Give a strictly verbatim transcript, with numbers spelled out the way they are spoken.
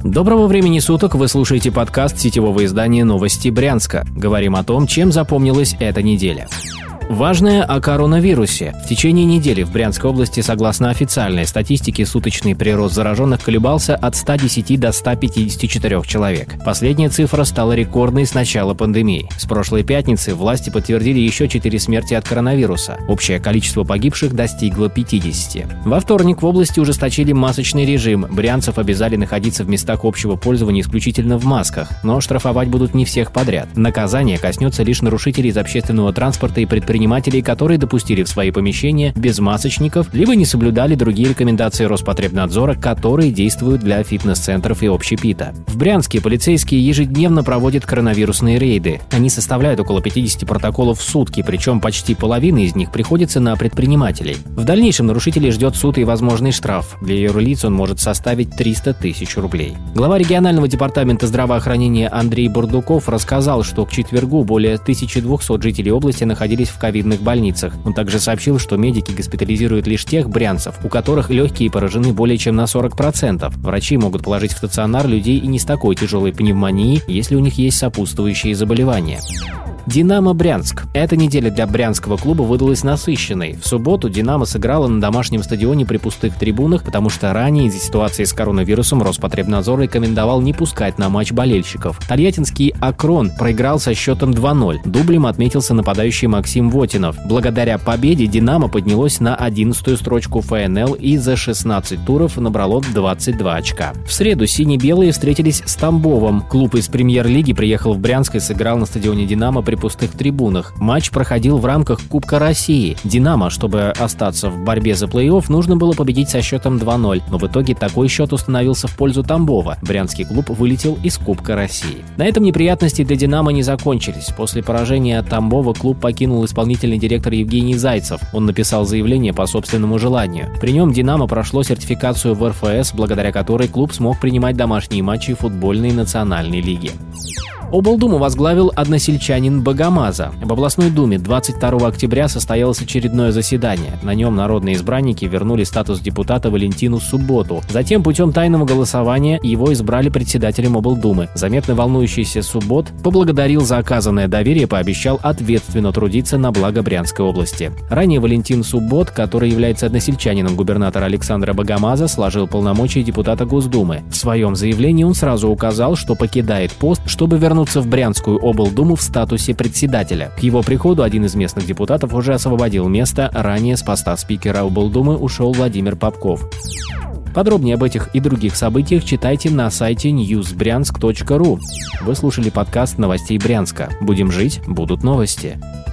Доброго времени суток, вы слушаете подкаст сетевого издания «Новости Брянска». Говорим о том, чем запомнилась эта неделя. Важное о коронавирусе. В течение недели в Брянской области, согласно официальной статистике, суточный прирост зараженных колебался от ста десяти до ста пятидесяти четырёх человек. Последняя цифра стала рекордной с начала пандемии. С прошлой пятницы власти подтвердили еще четыре смерти от коронавируса. Общее количество погибших достигло пятидесяти. Во вторник в области ужесточили масочный режим. Брянцев обязали находиться в местах общего пользования исключительно в масках, но штрафовать будут не всех подряд. Наказание коснется лишь нарушителей из общественного транспорта и предпринимателей, которые допустили в свои помещения без масочников, либо не соблюдали другие рекомендации Роспотребнадзора, которые действуют для фитнес-центров и общепита. В Брянске полицейские ежедневно проводят коронавирусные рейды. Они составляют около пятидесяти протоколов в сутки, причем почти половина из них приходится на предпринимателей. В дальнейшем нарушителей ждет суд и возможный штраф. Для юрлиц он может составить триста тысяч рублей. Глава регионального департамента здравоохранения Андрей Бурдуков рассказал, что к четвергу более тысячи двухсот жителей области находились в ковидных больницах. Он также сообщил, что медики госпитализируют лишь тех брянцев, у которых легкие поражены более чем на сорок процентов. Врачи могут положить в стационар людей и не с такой тяжелой пневмонией, если у них есть сопутствующие заболевания. «Динамо Брянск». Эта неделя для брянского клуба выдалась насыщенной. В субботу «Динамо» сыграла на домашнем стадионе при пустых трибунах, потому что ранее из-за ситуации с коронавирусом Роспотребнадзор рекомендовал не пускать на матч болельщиков. Тольяттинский «Акрон» проиграл со счетом два ноль. Дублем отметился нападающий Максим Вотинов. Благодаря победе «Динамо» поднялось на одиннадцатую строчку эф эн эл и за шестнадцать туров набрало двадцать два очка. В среду сине-белые встретились с Тамбовом. Клуб из премьер-лиги приехал в Брянск и сыграл на стадионе «Динамо» при пустых трибунах. Матч проходил в рамках Кубка России. «Динамо», чтобы остаться в борьбе за плей-офф, нужно было победить со счетом два ноль, но в итоге такой счет установился в пользу Тамбова. Брянский клуб вылетел из Кубка России. На этом неприятности для «Динамо» не закончились. После поражения от Тамбова клуб покинул исполнительный директор Евгений Зайцев. Он написал заявление по собственному желанию. При нем «Динамо» прошло сертификацию в эр эф эс, благодаря которой клуб смог принимать домашние матчи футбольной национальной лиги. Облдуму возглавил односельчанин Богомаза. В областной думе двадцать второго октября состоялось очередное заседание. На нем народные избранники вернули статус депутата Валентину Субботу. Затем путем тайного голосования его избрали председателем облдумы. Заметно волнующийся Суббот поблагодарил за оказанное доверие и пообещал ответственно трудиться на благо Брянской области. Ранее Валентин Суббот, который является односельчанином губернатора Александра Богомаза, сложил полномочия депутата Госдумы. В своем заявлении он сразу указал, что покидает пост, чтобы вернуть в Брянскую облдуму в статусе председателя. К его приходу один из местных депутатов уже освободил место, ранее с поста спикера облдумы ушел Владимир Попков. Подробнее об этих и других событиях читайте на сайте ньюс брянск точка ру. Вы слушали подкаст новостей Брянска. Будем жить, будут новости.